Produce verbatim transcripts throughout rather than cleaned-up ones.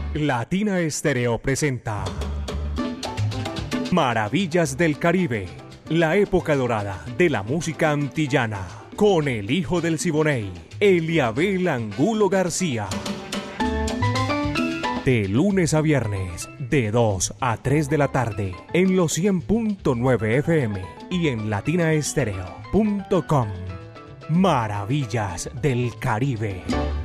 Latina Estéreo presenta Maravillas del Caribe, la época dorada de la música antillana, con el hijo del Siboney, Eliabel Angulo García. De lunes a viernes, de dos a tres de la tarde, en los cien punto nueve F M y en latina estéreo punto com. Maravillas del Caribe.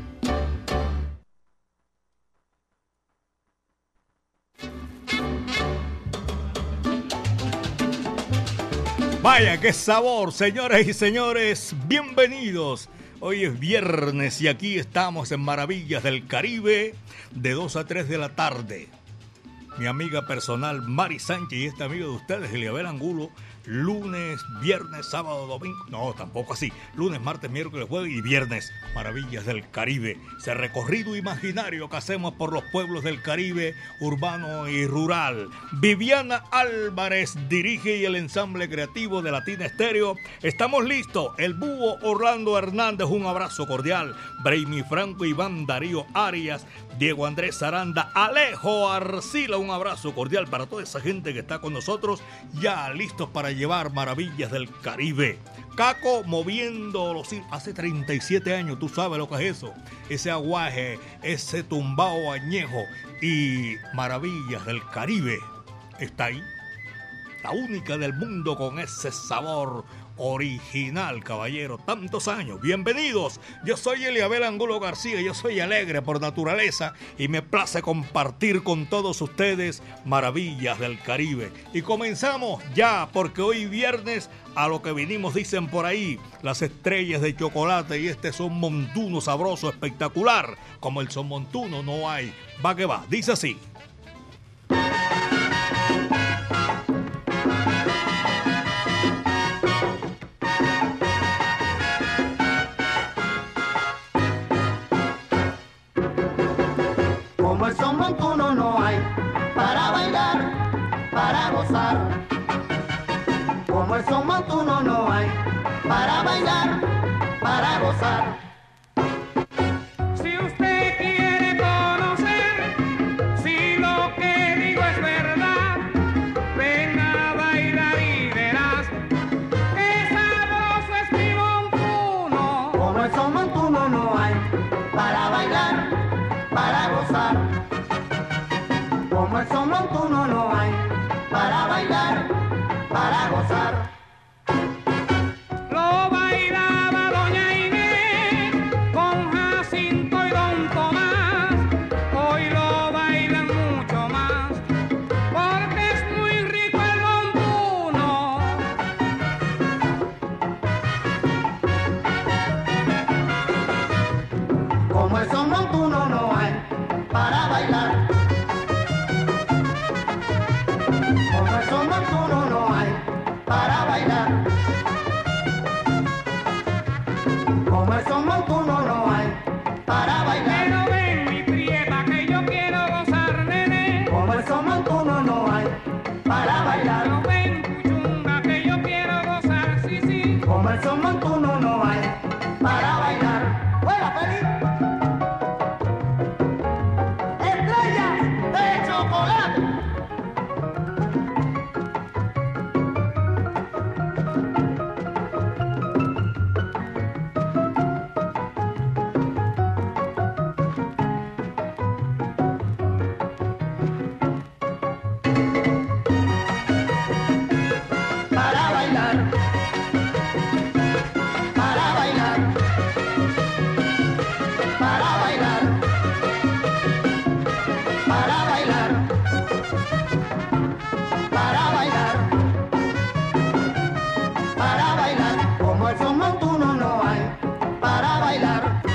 Vaya, qué sabor, señoras y señores, bienvenidos. Hoy es viernes y aquí estamos en Maravillas del Caribe de dos a tres de la tarde. Mi amiga personal Mari Sánchez y este amigo de ustedes, Eliabel Angulo, lunes, viernes, sábado, domingo, no, tampoco así, lunes, martes, miércoles, jueves y viernes, Maravillas del Caribe, ese recorrido imaginario que hacemos por los pueblos del Caribe, urbano y rural. Viviana Álvarez dirige y el ensamble creativo de Latina Estéreo. Estamos listos, el búho Orlando Hernández, un abrazo cordial, Braimi Franco, Iván Darío Arias, Diego Andrés Aranda, Alejo Arcila, un abrazo cordial para toda esa gente que está con nosotros, ya listos para llevar Maravillas del Caribe. Caco moviendo los hilos. Hace treinta y siete años, tú sabes lo que es eso. Ese aguaje, ese tumbao añejo. Y Maravillas del Caribe está ahí. La única del mundo con ese sabor original, caballero. Tantos años. Bienvenidos. Yo soy Eliabel Angulo García. Yo soy alegre por naturaleza y me place compartir con todos ustedes Maravillas del Caribe. Y comenzamos ya, porque hoy viernes a lo que vinimos, dicen por ahí, las estrellas de chocolate, y este son montuno sabroso, espectacular. Como el son montuno no hay. Va que va. Dice así. Como el son montuno no hay para bailar, para gozar. Como el son montuno no hay para bailar, para gozar. Si usted quiere conocer si lo que digo es verdad, ven a bailar y verás que sabroso es mi montuno. Como el son montuno no hay para bailar, para gozar. Como el son montuno no hay para bailar, para gozar. Lo bailaba doña Inés con Jacinto y don Tomás. Hoy lo bailan mucho más porque es muy rico el montuno. Como el son montuno no hay para bailar. Como el son montuno no hay para bailar. Como el son montuno no hay para bailar. Pero ven mi prieta que yo quiero gozar, nene. Como el son montuno no hay para bailar. Pero ven puchunga que yo quiero gozar, sí, sí. Como el son montuno no hay para bailar. ¡Fuera, feliz! ¡Estrellas de chocolate! Para bailar, para bailar, para bailar, para bailar, para bailar, para bailar. Como el son montuno no hay para bailar.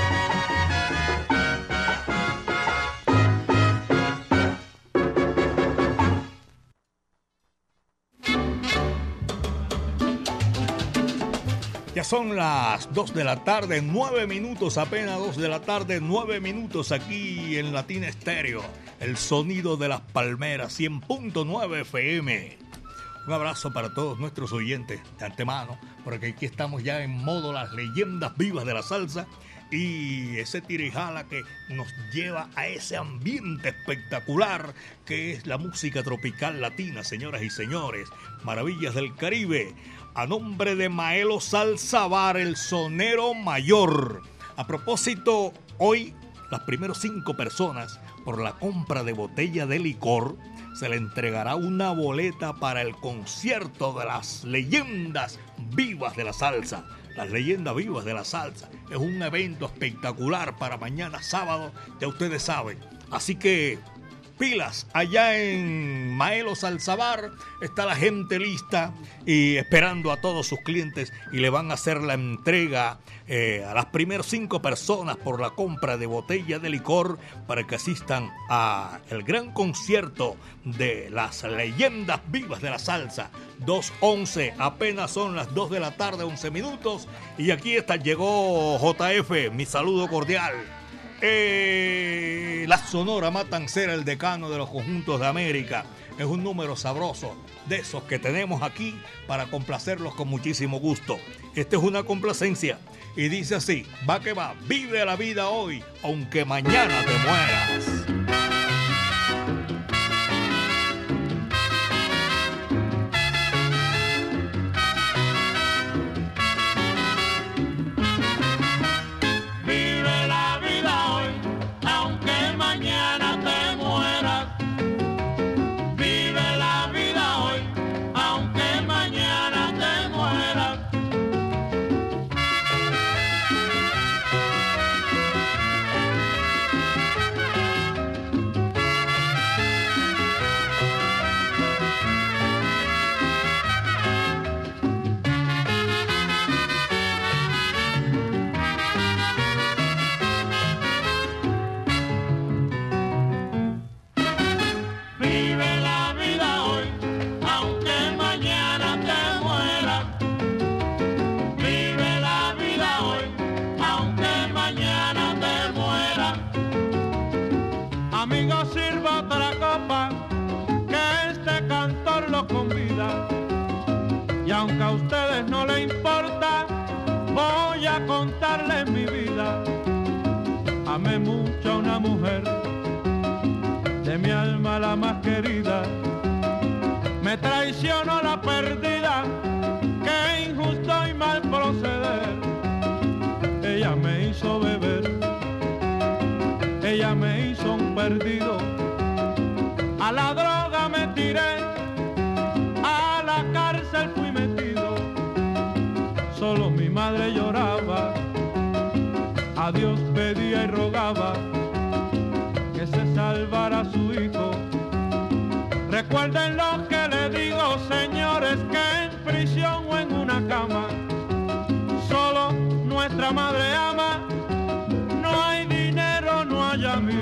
Ya son las dos de la tarde, nueve minutos, apenas dos de la tarde, nueve minutos aquí en Latina Estéreo. El sonido de las palmeras, cien punto nueve F M. Un abrazo para todos nuestros oyentes de antemano, porque aquí estamos ya en modo las leyendas vivas de la salsa. y ese tira y jala que nos lleva a ese ambiente espectacular que es la música tropical latina, señoras y señores. Maravillas del Caribe, a nombre de Maelo Salzabar, el sonero mayor. A propósito, hoy las primeras cinco personas por la compra de botella de licor se le entregará una boleta para el concierto de las leyendas vivas de la salsa. Las leyendas vivas de la salsa es un evento espectacular para mañana sábado, ya ustedes saben. Así que pilas, allá en Maelo Salzabar está la gente lista y esperando a todos sus clientes, y le van a hacer la entrega eh, a las primeras cinco personas por la compra de botella de licor para que asistan a el gran concierto de las leyendas vivas de la salsa. dos once, apenas son las dos de la tarde, once minutos, y aquí está, llegó J F, mi saludo cordial. Eh, la Sonora Matancera, el decano de los conjuntos de América. Es un número sabroso de esos que tenemos aquí para complacerlos con muchísimo gusto. Esta es una complacencia y dice así: va que va, vive la vida hoy, aunque mañana te mueras. Y aunque a ustedes no les importa, voy a contarles mi vida. Amé mucho a una mujer, de mi alma la más querida. Me traicionó la perdida, qué injusto y mal proceder. Ella me hizo beber, ella me hizo un perdido. A la droga me tiré, a la cárcel fui metido. Solo mi madre lloraba, a Dios pedía y rogaba que se salvara su hijo. Recuerden lo que le digo, señores, que en prisión o en una cama solo nuestra madre ama. No hay dinero, no hay amigos.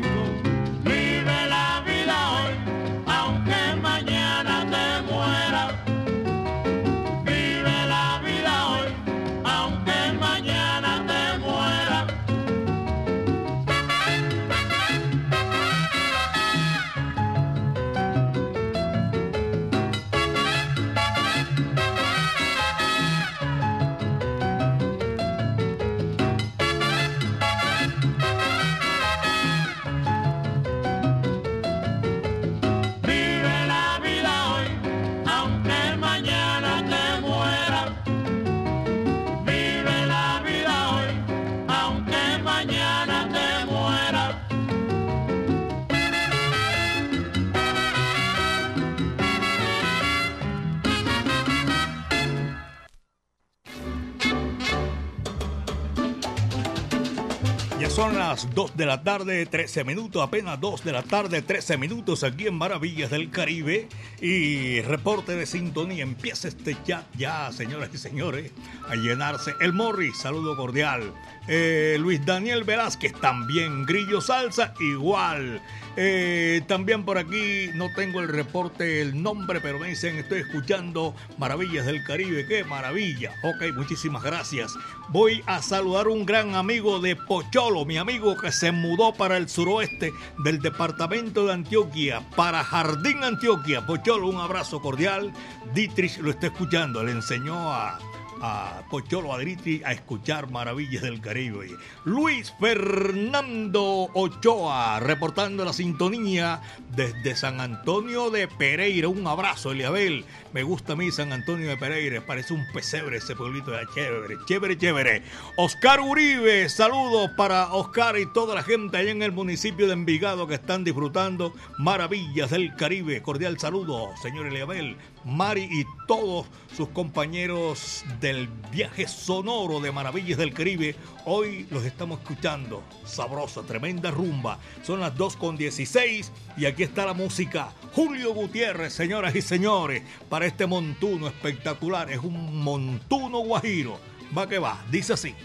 Vive la vida hoy, aunque mañana te mueras. Vive la vida hoy, aunque mañana te mueras. Son las dos de la tarde, trece minutos, apenas dos de la tarde, trece minutos aquí en Maravillas del Caribe. Y reporte de sintonía, empieza este chat ya, señoras y señores, a llenarse. El Morris, saludo cordial. Eh, Luis Daniel Velázquez, también. Grillo Salsa, igual. Eh, también por aquí, no tengo el reporte, el nombre, pero me dicen, estoy escuchando Maravillas del Caribe. ¡Qué maravilla! Ok, muchísimas gracias. Voy a saludar a un gran amigo de Pocholo, mi amigo que se mudó para el suroeste del departamento de Antioquia, para Jardín, Antioquia. Pocholo, un abrazo cordial. Dietrich lo está escuchando, le enseñó a... a Pocholo Adriti a escuchar Maravillas del Caribe. Luis Fernando Ochoa reportando la sintonía desde San Antonio de Pereira. Un abrazo, Eliabel. Me gusta a mí San Antonio de Pereira. Parece un pesebre ese pueblito de chévere, chévere, chévere. Oscar Uribe, saludos para Oscar y toda la gente allá en el municipio de Envigado que están disfrutando Maravillas del Caribe. Cordial saludo, señor Eliabel, Mari y todos sus compañeros del viaje sonoro de Maravillas del Caribe. Hoy los estamos escuchando. Sabrosa, tremenda rumba. Son las dos con dieciséis y aquí está la música. Julio Gutiérrez, señoras y señores, para este montuno espectacular. Es un montuno guajiro. Va que va, dice así.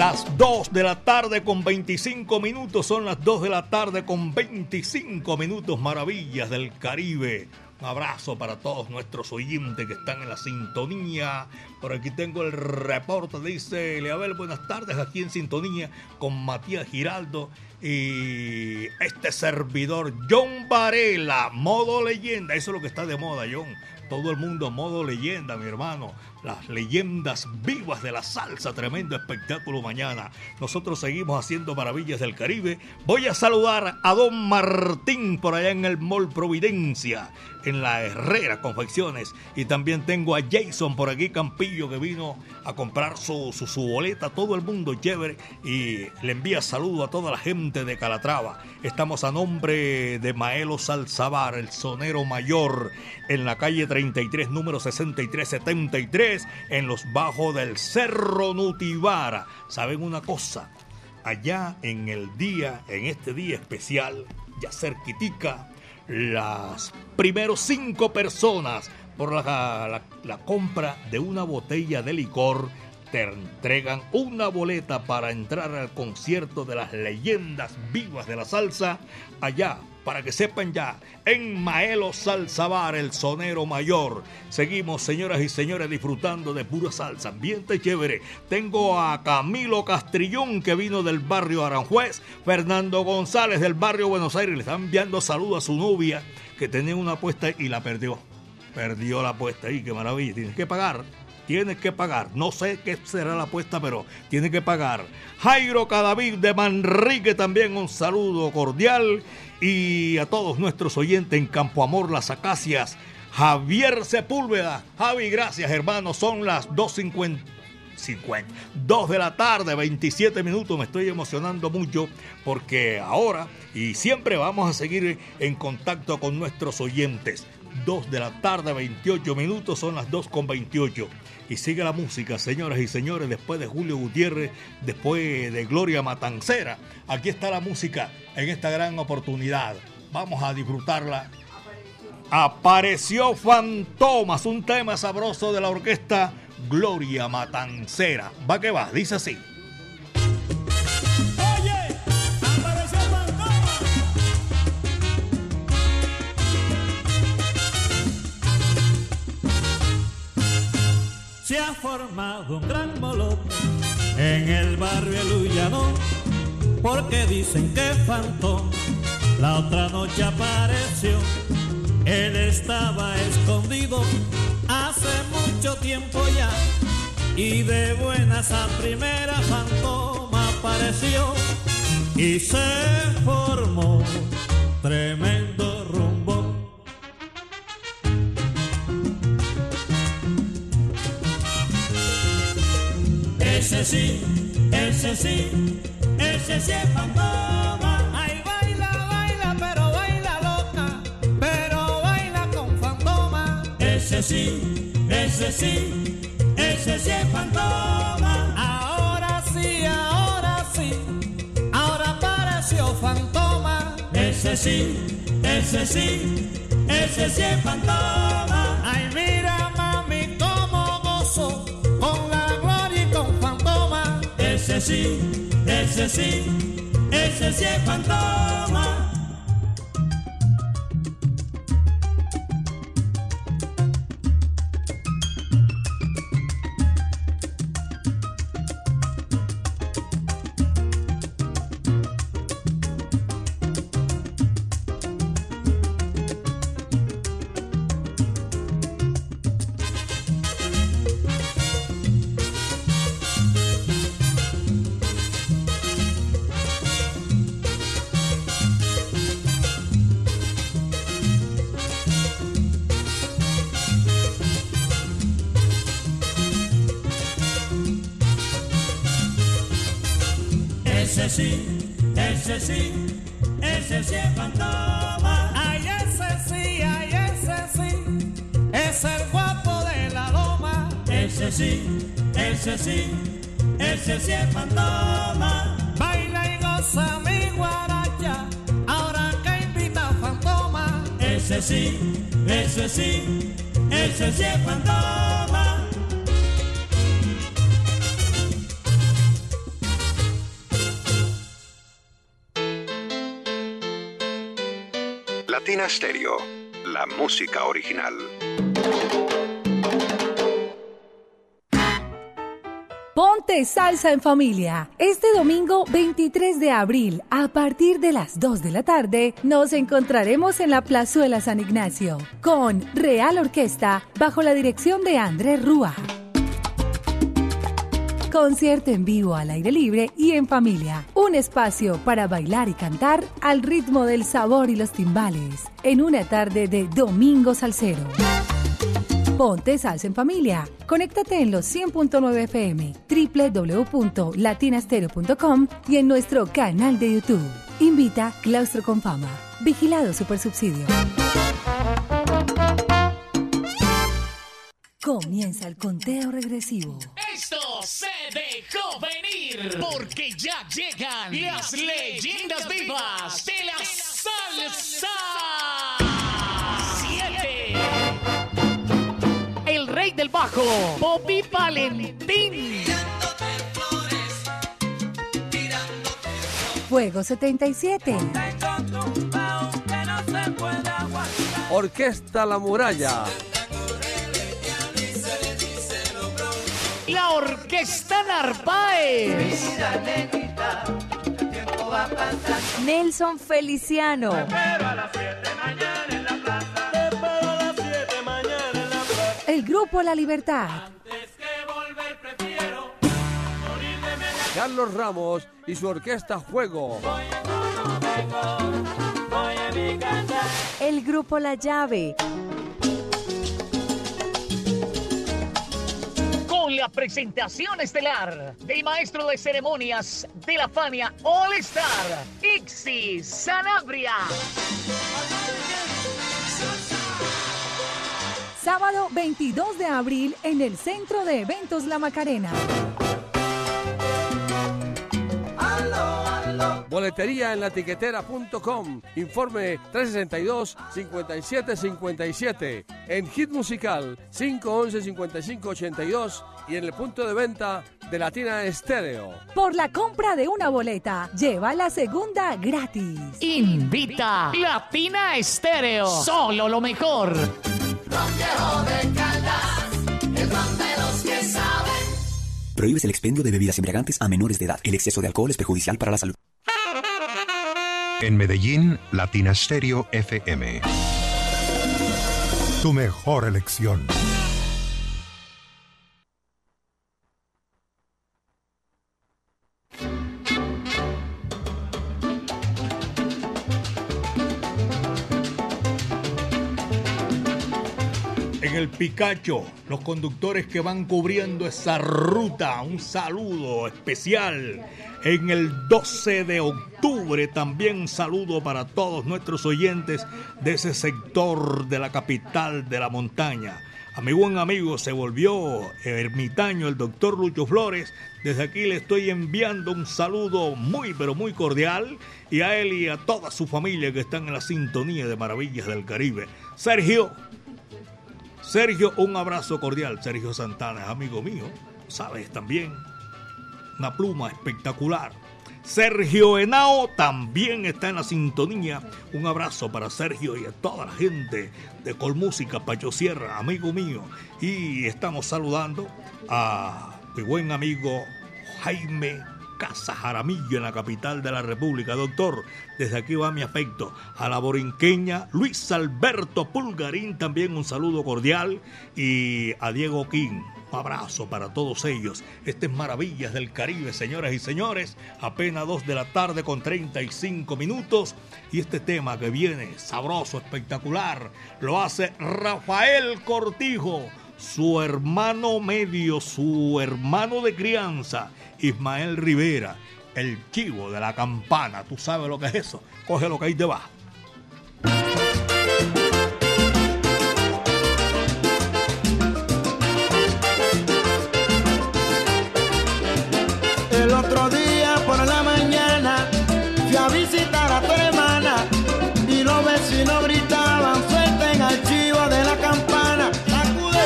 Las dos de la tarde con veinticinco minutos, son las dos de la tarde con veinticinco minutos, maravillas del Caribe. Un abrazo para todos nuestros oyentes que están en la sintonía. Por aquí tengo el reporte, dice Leabel, buenas tardes, aquí en sintonía con Matías Giraldo y este servidor John Varela, modo leyenda. Eso es lo que está de moda, John. Todo el mundo modo leyenda, mi hermano. Las leyendas vivas de la salsa, tremendo espectáculo mañana. Nosotros seguimos haciendo maravillas del Caribe. Voy a saludar a don Martín por allá en el Mall Providencia, en la Herrera Confecciones. Y también tengo a Jason por aquí, Campillo, que vino a comprar su, su, su boleta. Todo el mundo chévere y le envía saludo a toda la gente de Calatrava. Estamos a nombre de Maelo Salzabar, el sonero mayor, en la calle treinta y tres, número sesenta y tres setenta y tres, en los bajos del Cerro Nutibara. ¿Saben una cosa? Allá en el día, en este día especial, ya cerquitica, las primeros cinco personas por la, la, la compra de una botella de licor te entregan una boleta para entrar al concierto de las leyendas vivas de la salsa allá, para que sepan ya, en Maelo Salzabar, el sonero mayor. Seguimos, señoras y señores, disfrutando de pura salsa, ambiente chévere. Tengo a Camilo Castrillón, que vino del barrio Aranjuez, Fernando González del barrio Buenos Aires, le están enviando saludos a su novia, que tenía una apuesta y la perdió. Perdió la apuesta ahí, qué maravilla, tienes que pagar. Tienes que pagar, no sé qué será la apuesta, pero tiene que pagar. Jairo Cadavid de Manrique, también un saludo cordial. Y a todos nuestros oyentes en Campo Amor, Las Acacias, Javier Sepúlveda. Javi, gracias, hermano, son las dos cincuenta. dos de la tarde, veintisiete minutos. Me estoy emocionando mucho porque ahora y siempre vamos a seguir en contacto con nuestros oyentes. dos de la tarde, veintiocho minutos, son las dos con veintiocho. Y sigue la música, señoras y señores, después de Julio Gutiérrez, después de Gloria Matancera. Aquí está la música en esta gran oportunidad. Vamos a disfrutarla. Apareció Fantomas, un tema sabroso de la orquesta Gloria Matancera. Va que va, dice así. Se ha formado un gran molote en el barrio El Ullanón, porque dicen que Fantón la otra noche apareció. Él estaba escondido hace mucho tiempo ya, y de buenas a primera Fantoma apareció y se formó tremendo rumbo. Ese sí, ese sí, ese sí es Fantoma. Ay, baila, baila, pero baila loca, pero baila con Fantoma. Ese sí, ese sí, ese sí es Fantoma. Ahora sí, ahora sí, ahora apareció Fantoma. Ese sí, ese sí, ese sí es Fantoma. Ay, mira mami cómo gozo con la Fantoma. Ese sí, ese sí, ese sí es Fantoma. Ese sí, ese sí, ese sí es Fantoma. Ay, ese sí, ay, ese sí, es el guapo de la loma. Ese sí, ese sí, ese sí es Fantoma. Baila y goza mi guaracha, ahora que invita Fantoma. Ese sí, ese sí, ese sí es Fantoma. Latina Stereo, la música original. Ponte salsa en familia. Este domingo veintitrés de abril, a partir de las dos de la tarde, nos encontraremos en la Plazuela San Ignacio con Real Orquesta bajo la dirección de Andrés Rúa. Concierto en vivo al aire libre y en familia. Un espacio para bailar y cantar al ritmo del sabor y los timbales en una tarde de domingo salsero. Ponte salsa en familia. Conéctate en los cien punto nueve F M, doble u doble u doble u punto latina stereo punto com y en nuestro canal de YouTube. Invita Claustro con Fama. Vigilado Supersubsidio. Comienza el conteo regresivo. Esto se dejó venir porque ya llegan las leyendas vivas de la salsa. Siete. El rey del bajo, Bobby Valentín. Fuego setenta y siete. Orquesta La Muralla. La Orquesta Narváez. Nelson Feliciano. El grupo La Libertad. Carlos Ramos y su orquesta Fuego. El grupo La Llave. Con la presentación estelar del maestro de ceremonias de la Fania All Star, Ixi Sanabria. Sábado veintidós de abril en el Centro de Eventos La Macarena. Boletería en latiquetera punto com. Informe tres sesenta y dos, cincuenta y siete cincuenta y siete. En Hit Musical cinco once, cincuenta y cinco ochenta y dos y en el punto de venta de Latina Stereo. Por la compra de una boleta, lleva la segunda gratis. Invita Latina Stereo. Solo lo mejor. Ron Viejo de Caldas, el ron de los que saben. Prohíbes el expendio de bebidas embriagantes a menores de edad. El exceso de alcohol es perjudicial para la salud. En Medellín, Latina Stereo F M. Tu mejor elección. En el Picacho, los conductores que van cubriendo esa ruta, un saludo especial. En el doce de octubre también un saludo para todos nuestros oyentes de ese sector de la capital de la montaña. A mi buen amigo se volvió ermitaño el doctor Lucho Flores. Desde aquí le estoy enviando un saludo muy pero muy cordial y a él y a toda su familia que están en la sintonía de Maravillas del Caribe. Sergio, Sergio, un abrazo cordial. Sergio Santana es amigo mío, sabes también. Una pluma espectacular. Sergio Henao también está en la sintonía. Un abrazo para Sergio y a toda la gente de Colmúsica, Pacho Sierra, amigo mío. Y estamos saludando a mi buen amigo Jaime Casa Jaramillo en la capital de la República. Doctor, desde aquí va mi afecto a la borinqueña Luis Alberto Pulgarín, también un saludo cordial, y a Diego King. Un abrazo para todos ellos. Este es Maravillas del Caribe, señoras y señores. Apenas dos de la tarde con treinta y cinco minutos. Y este tema que viene, sabroso, espectacular, lo hace Rafael Cortijo, su hermano medio, su hermano de crianza, Ismael Rivera, el chivo de la campana. ¿Tú sabes lo que es eso? Coge lo que ahí te va. El otro día por la mañana fui a visitar a tu hermana y los vecinos gritaban: suelten al chivo de la campana. ¡Sacude!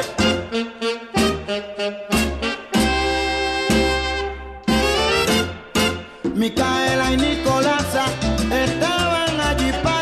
Micaela y Nicolasa estaban allí para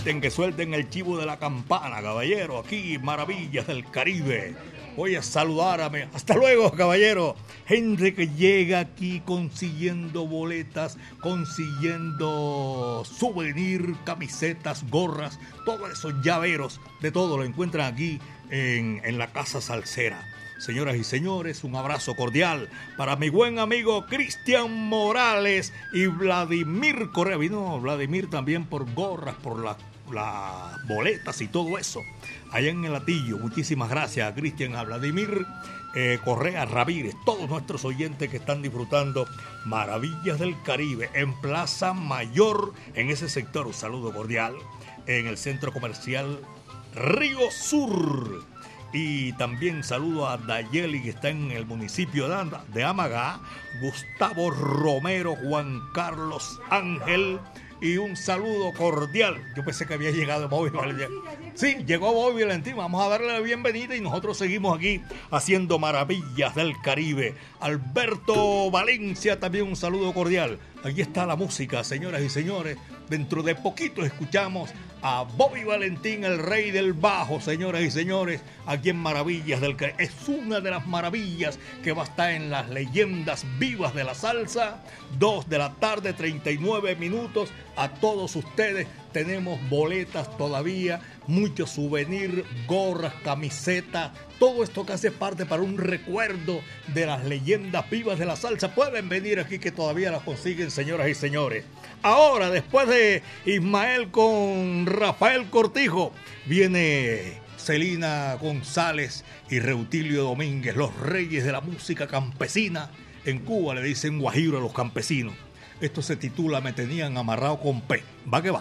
suelten, que suelten el chivo de la campana, caballero, aquí Maravillas del Caribe. Voy a saludar a mi... Hasta luego, caballero. Gente que llega aquí consiguiendo boletas, consiguiendo souvenir, camisetas, gorras, todos esos llaveros, de todo lo encuentran aquí en, en la Casa Salsera. Señoras y señores, un abrazo cordial para mi buen amigo Cristian Morales y Vladimir Correa. Vino Vladimir también por gorras, por las la boletas y todo eso. Allá en el Atillo, muchísimas gracias a Cristian, a Vladimir eh, Correa Ramírez, todos nuestros oyentes que están disfrutando Maravillas del Caribe en Plaza Mayor, en ese sector. Un saludo cordial en el centro comercial Río Sur. Y también saludo a Dayeli, que está en el municipio de Amagá, Gustavo Romero, Juan Carlos Ángel, y un saludo cordial. Yo pensé que había llegado Bobby Valentín. Sí, llegó Bobby Valentín. Vamos a darle la bienvenida y nosotros seguimos aquí haciendo Maravillas del Caribe. Alberto Valencia, también un saludo cordial. Aquí está la música, señoras y señores. Dentro de poquito escuchamos a Bobby Valentín, el rey del bajo, señoras y señores, aquí en Maravillas del Caribe. Es una de las maravillas que va a estar en las leyendas vivas de la salsa. Dos de la tarde, treinta y nueve minutos. A todos ustedes tenemos boletas todavía, muchos souvenirs, gorras, camisetas, todo esto que hace parte para un recuerdo de las leyendas vivas de la salsa. Pueden venir aquí que todavía las consiguen, señoras y señores. Ahora, después de Ismael con Rafael Cortijo, viene Celina González y Reutilio Domínguez, los reyes de la música campesina. En Cuba le dicen guajiro a los campesinos. Esto se titula Me tenían amarrado con P. Va que va.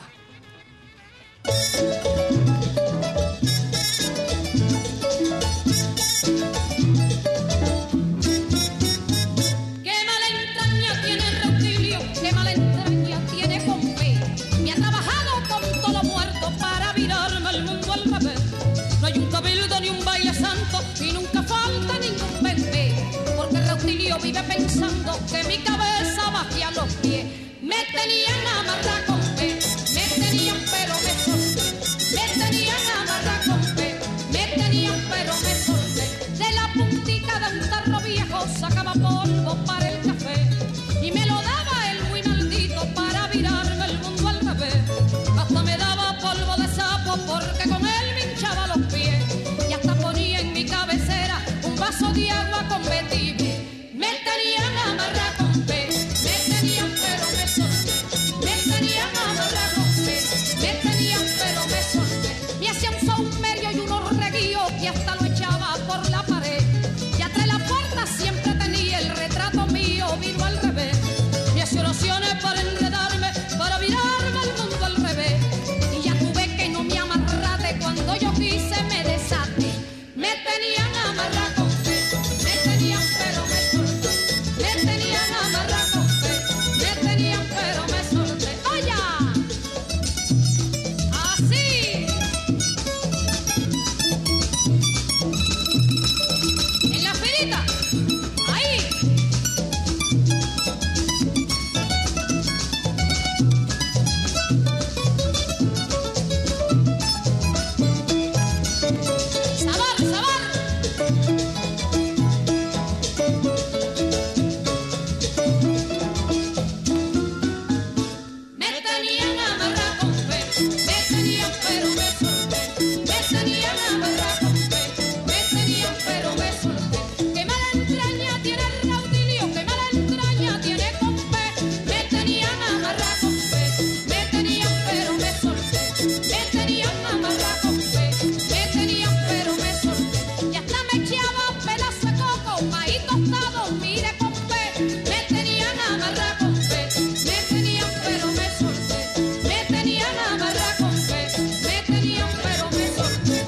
Vive pensando que mi cabeza bajía a los pies. Me tenían amarrado con P, me tenían pero me solté. Me tenían amarrado con P, me tenían pero me solté. De la puntica de un tarro viejo sacaba polvo para el café y me lo daba el muy maldito para virarme el mundo al revés. Hasta me daba polvo de sapo porque con él me hinchaba los pies y hasta ponía en mi cabecera un vaso de agua con Betty. Me tenían amarrado con P, me tenían pero me solté. Me tenían amarrado con P, me tenían pero me solté. Me hacía un saumerio y unos reguíos y hasta lo echaba por la pared. Y atrás de la puerta siempre tenía el retrato mío vino al revés. Me hacía oraciones para enredarme, para virarme al mundo al revés. Y ya tuve que no me amarrate cuando yo quise me desaté. Me tenían amarrado con P, me tenían pero me solté. Me tenían amarrado con P, me tenían pero me solté. ¡Oye! Así. En la filita. Ahí. Sabar, sabar. Me tenían amarrado con P, me tenían pero me solté. Me tenían amarrado con P, me tenían pero me solté. Qué mala entraña tiene el Rautilio, qué mala entraña tiene con P. Me tenían amarrado con P, me tenían pero me solté. Me tenían amarrado con P, me tenían pero me solté. Y hasta me echaban pedazo de coco, maíz tostado, mire con P. Me tenían amarrado con P, me tenían pero me solté. Me tenían amarrado con P, me tenían pero me solté.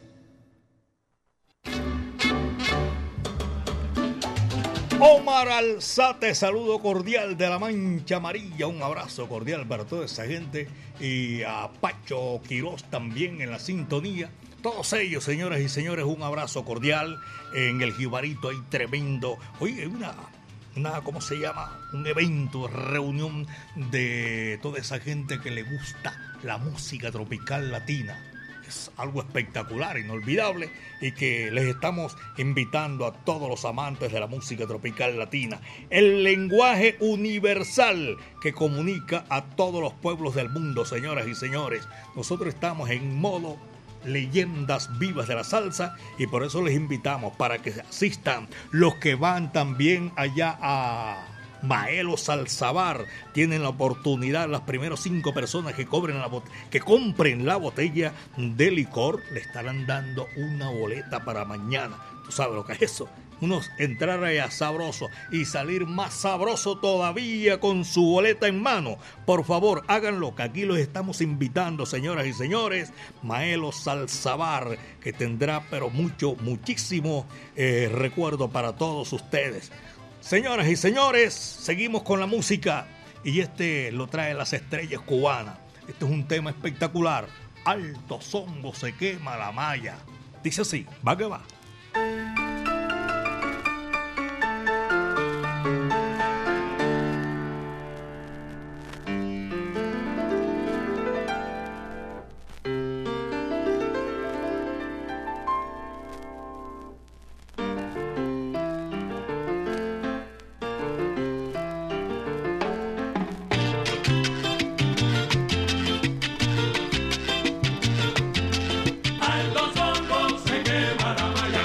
Omar Alzate, saludo cordial de la Mancha Amarilla, un abrazo cordial para toda esa gente y a Pacho Quirós también en la sintonía. Todos ellos, señoras y señores, un abrazo cordial. En el Jibarito hay tremendo, oye, una, una, ¿cómo se llama? Un evento, reunión de toda esa gente que le gusta la música tropical latina. Es algo espectacular, inolvidable, y que les estamos invitando a todos los amantes de la música tropical latina. El lenguaje universal que comunica a todos los pueblos del mundo, señoras y señores. Nosotros estamos en modo leyendas vivas de la salsa y por eso les invitamos para que asistan los que van también allá a Maelo Salsa Bar. Tienen la oportunidad, las primeras cinco personas que, cobren la que compren la botella de licor le estarán dando una boleta para mañana. ¿Tú sabes lo que es eso? Unos entrar allá sabroso y salir más sabroso todavía con su boleta en mano. Por favor, háganlo, que aquí los estamos invitando, señoras y señores. Maelo Salsa Bar, que tendrá pero mucho, muchísimo eh, recuerdo para todos ustedes. Señoras y señores, seguimos con la música y este lo trae Las Estrellas Cubanas. Este es un tema espectacular. Alto Songo se quema la malla. Dice así, va que va. Alto Songo se quema la malla.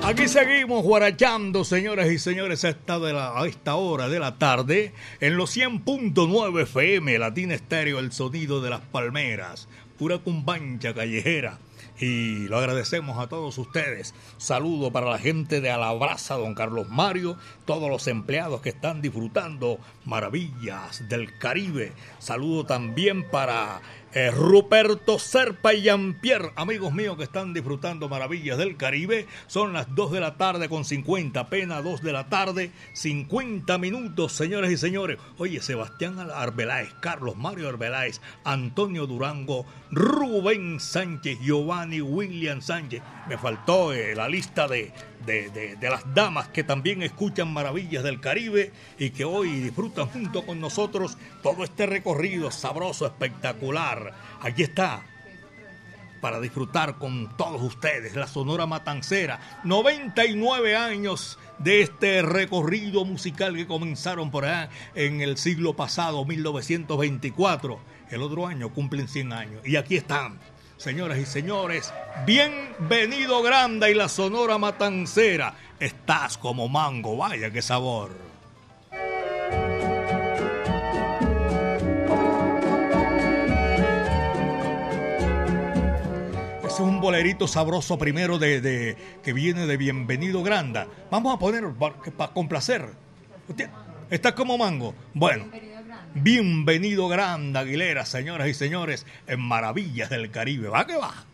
Aquí seguimos guarachando, señoras y señores, a esta, de la, a esta hora de la tarde, en los cien punto nueve F M, Latina Estéreo, el sonido de las palmeras, pura cumbancha callejera. Y lo agradecemos a todos ustedes. Saludo para la gente de Alabraza, don Carlos Mario, todos los empleados que están disfrutando Maravillas del Caribe. Saludo también para eh, Ruperto Serpa y Jean-Pierre, amigos míos que están disfrutando Maravillas del Caribe. Son las dos de la tarde con cincuenta, apenas dos de la tarde, cincuenta minutos, señores y señores. Oye, Sebastián Arbeláez, Carlos Mario Arbeláez, Antonio Durango, Rubén Sánchez, Giovanni William Sánchez. Me faltó eh, la lista de, de, de, de las damas que también escuchan Maravillas del Caribe y que hoy disfrutan junto con nosotros todo este recorrido sabroso, espectacular. Aquí está, para disfrutar con todos ustedes, la Sonora Matancera. noventa y nueve años de este recorrido musical que comenzaron por allá en el siglo pasado, mil novecientos veinticuatro. El otro año cumplen cien años. Y aquí están, señoras y señores, Bienvenido Granda y la Sonora Matancera. Estás como mango, vaya qué sabor. Ese es un bolerito sabroso primero de, de que viene de Bienvenido Granda. Vamos a poner para, para complacer. ¿Estás como mango? Bueno. Bienvenido Granda Aguilera, señoras y señores, en Maravillas del Caribe. Va que va.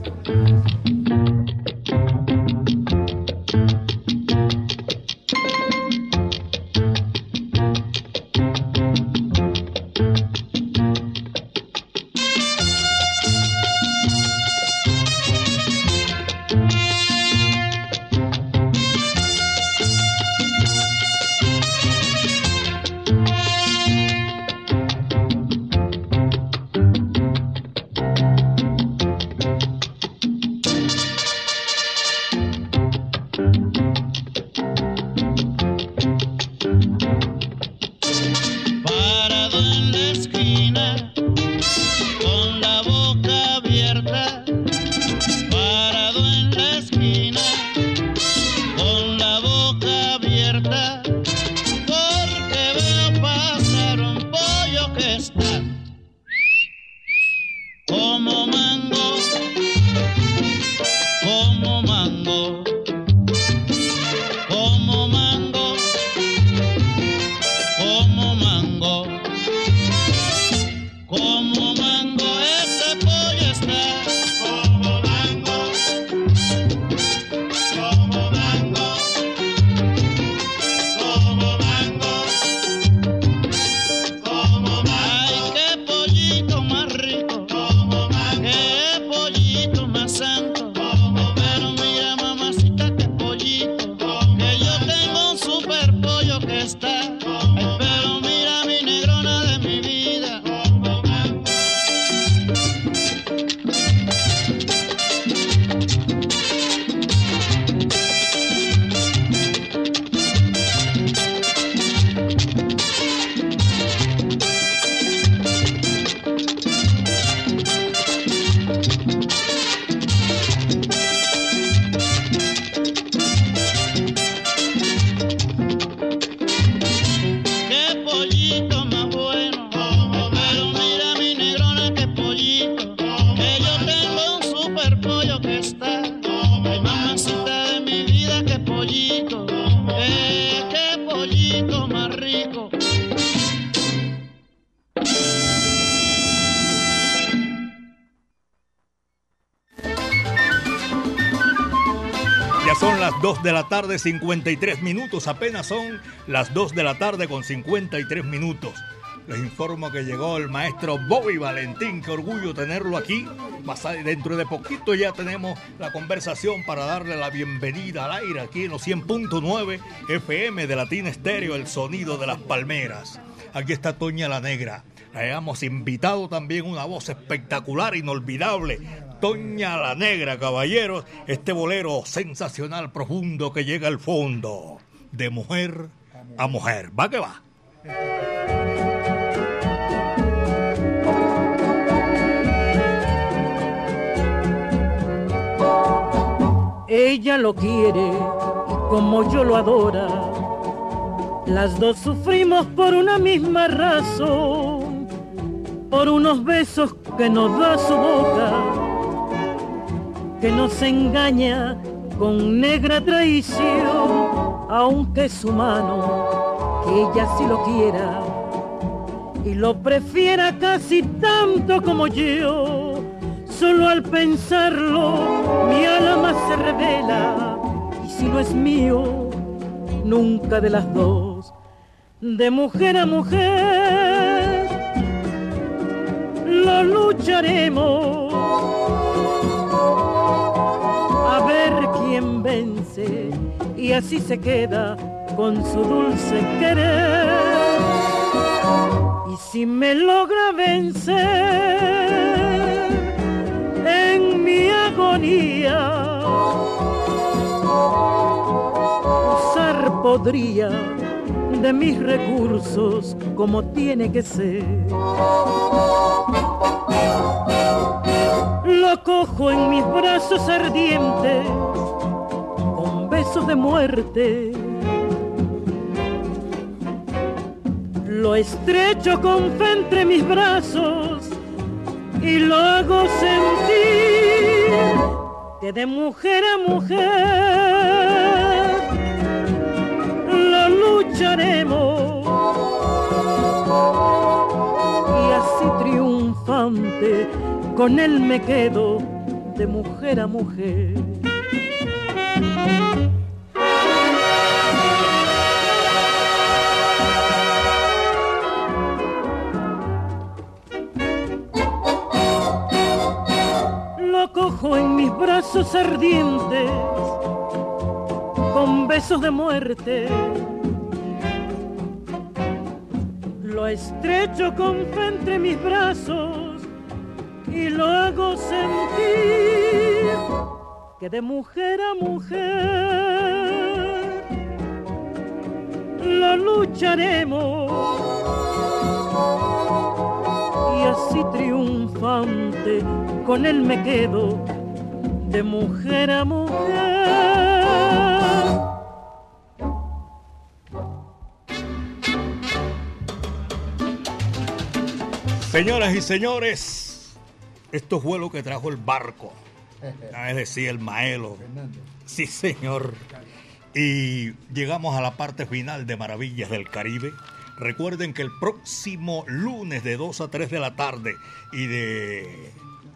dos de la tarde, cincuenta y tres minutos. Apenas son las dos de la tarde con cincuenta y tres minutos. Les informo que llegó el maestro Bobby Valentín. Qué orgullo tenerlo aquí. Más dentro de poquito ya tenemos la conversación para darle la bienvenida al aire aquí en los cien punto nueve F M de Latina Estéreo, el sonido de las palmeras. Aquí está Toña la Negra. Le hemos invitado también una voz espectacular, inolvidable. Toña la Negra, caballeros, este bolero sensacional, profundo, que llega al fondo, de mujer a mujer. Va que va. ella lo quiere y como yo lo adora. Las dos sufrimos por una misma razón, por unos besos que nos da su boca, que nos engaña con negra traición, aunque es humano que ella sí lo quiera y lo prefiera casi tanto como yo. Solo al pensarlo mi alma se revela, y si no es mío, nunca de las dos, de mujer a mujer lo lucharemos, a ver quién vence, y así se queda con su dulce querer. Y si me logra vencer en mi agonía, usar podría de mis recursos como tiene que ser. Lo cojo en mis brazos ardientes con besos de muerte, lo estrecho con fe entre mis brazos y lo hago sentir que de mujer a mujer lo lucharemos, y así triunfante con él me quedo de mujer a mujer. Lo cojo en mis brazos ardientes con besos de muerte, lo estrecho con fe entre mis brazos y lo hago sentir que de mujer a mujer lo lucharemos, y así triunfante con él me quedo de mujer a mujer. Señoras y señores, esto fue lo que trajo el barco, es decir, el Maelo. Sí, señor. Y llegamos a la parte final de Maravillas del Caribe. Recuerden que el próximo lunes de dos a tres de la tarde y de...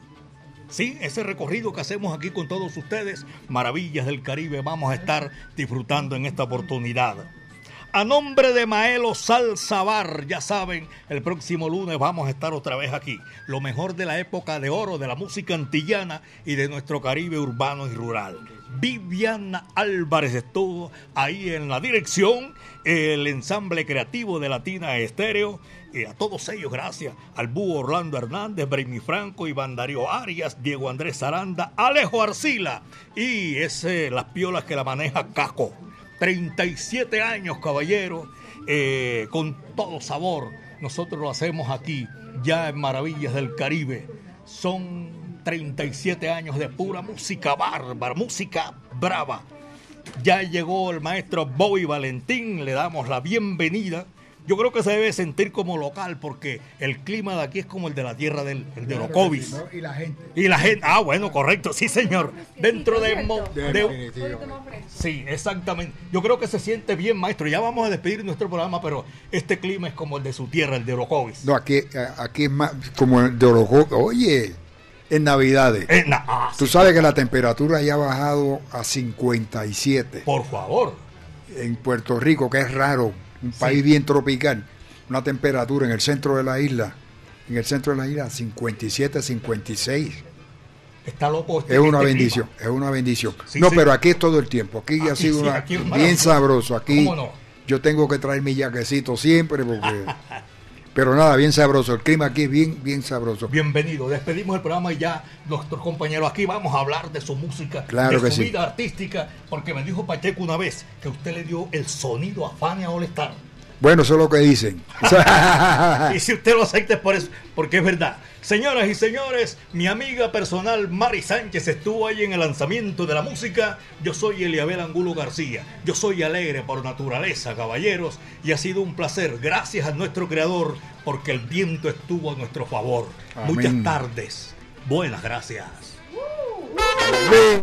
Sí, ese recorrido que hacemos aquí con todos ustedes, Maravillas del Caribe, vamos a estar disfrutando en esta oportunidad. A nombre de Maelo Salsa Bar, ya saben, el próximo lunes vamos a estar otra vez aquí. Lo mejor de la época de oro de la música antillana y de nuestro Caribe urbano y rural. Viviana Álvarez estuvo ahí en la dirección, el ensamble creativo de Latina Estéreo, y a todos ellos gracias, al Búho Orlando Hernández, Brainy Franco, Iván Darío Arias, Diego Andrés Aranda, Alejo Arcila y ese, las piolas que la maneja Caco. treinta y siete años, caballero, eh, con todo sabor. Nosotros lo hacemos aquí, ya en Maravillas del Caribe. Son treinta y siete años de pura música bárbara, música brava. Ya llegó el maestro Bobby Valentín, le damos la bienvenida. Yo creo que se debe sentir como local porque el clima de aquí es como el de la tierra del el de Orocovis. ¿No? Y la gente. Y la gente, ah, bueno, correcto, sí, señor. Dentro de, de, de sí, exactamente. Yo creo que se siente bien, maestro. Ya vamos a despedir nuestro programa, pero este clima es como el de su tierra, el de Orocovis. No, aquí, aquí es más como el de Orocovis. Oye, en Navidades. En na- ah, Tú sí. sabes que la temperatura ya ha bajado a cincuenta y siete. Por favor. En Puerto Rico, que es raro, un Sí. país bien tropical, una temperatura en el centro de la isla, en el centro de la isla, cincuenta y siete, cincuenta y seis. Está loco. Este, Es una este bendición, clima. es una bendición. Sí, no, sí. pero aquí es todo el tiempo. Aquí, Aquí ha sido sí, una- aquí es bien maravilloso. sabroso. Aquí ¿Cómo no? yo tengo que traer mi jaquecito siempre porque... Pero nada, bien sabroso. El clima aquí es bien, bien sabroso. Bienvenido. Despedimos el programa y ya nuestros compañeros aquí vamos a hablar de su música, Claro de que su sí. vida artística, porque me dijo Pacheco una vez que usted le dio el sonido a Fania All Star. Bueno, eso es lo que dicen. Y si usted lo acepta es por eso, porque es verdad. Señoras y señores, mi amiga personal Mari Sánchez estuvo ahí en el lanzamiento de la música. Yo soy Eliabel Angulo García. Yo soy alegre por naturaleza, caballeros, y ha sido un placer. Gracias a nuestro creador, porque el viento estuvo a nuestro favor. Amén. Muchas tardes. Buenas gracias. Amén.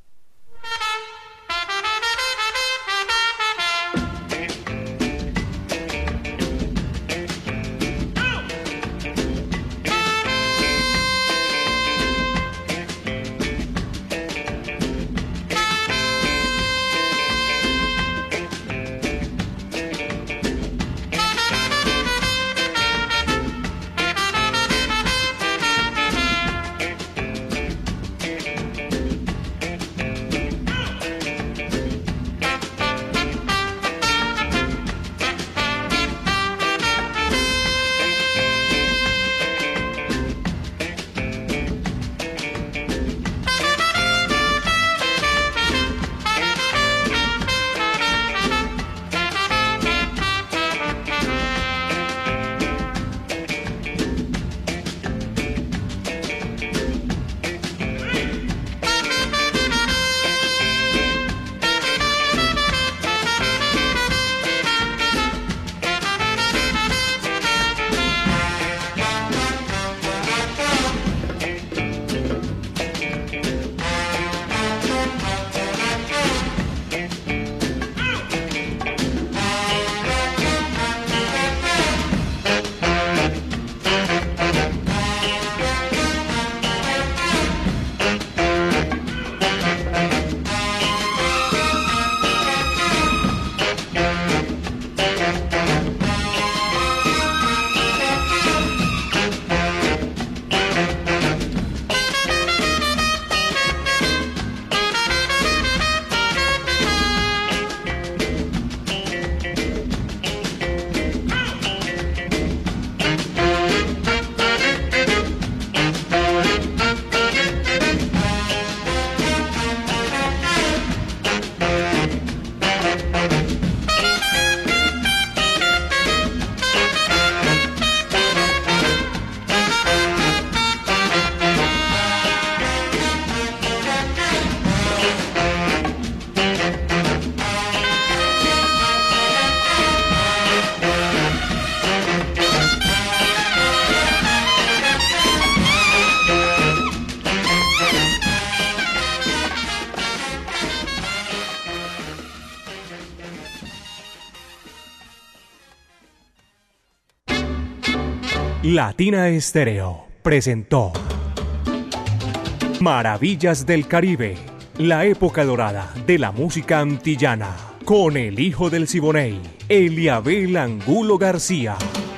Latina Estéreo presentó Maravillas del Caribe, la época dorada de la música antillana, con el hijo del Siboney, Eliabel Angulo García.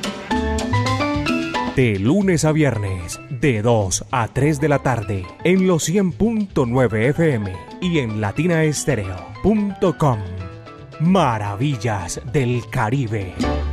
De lunes a viernes, de dos a tres de la tarde, en los cien punto nueve F M y en latinaestereo punto com. Maravillas del Caribe.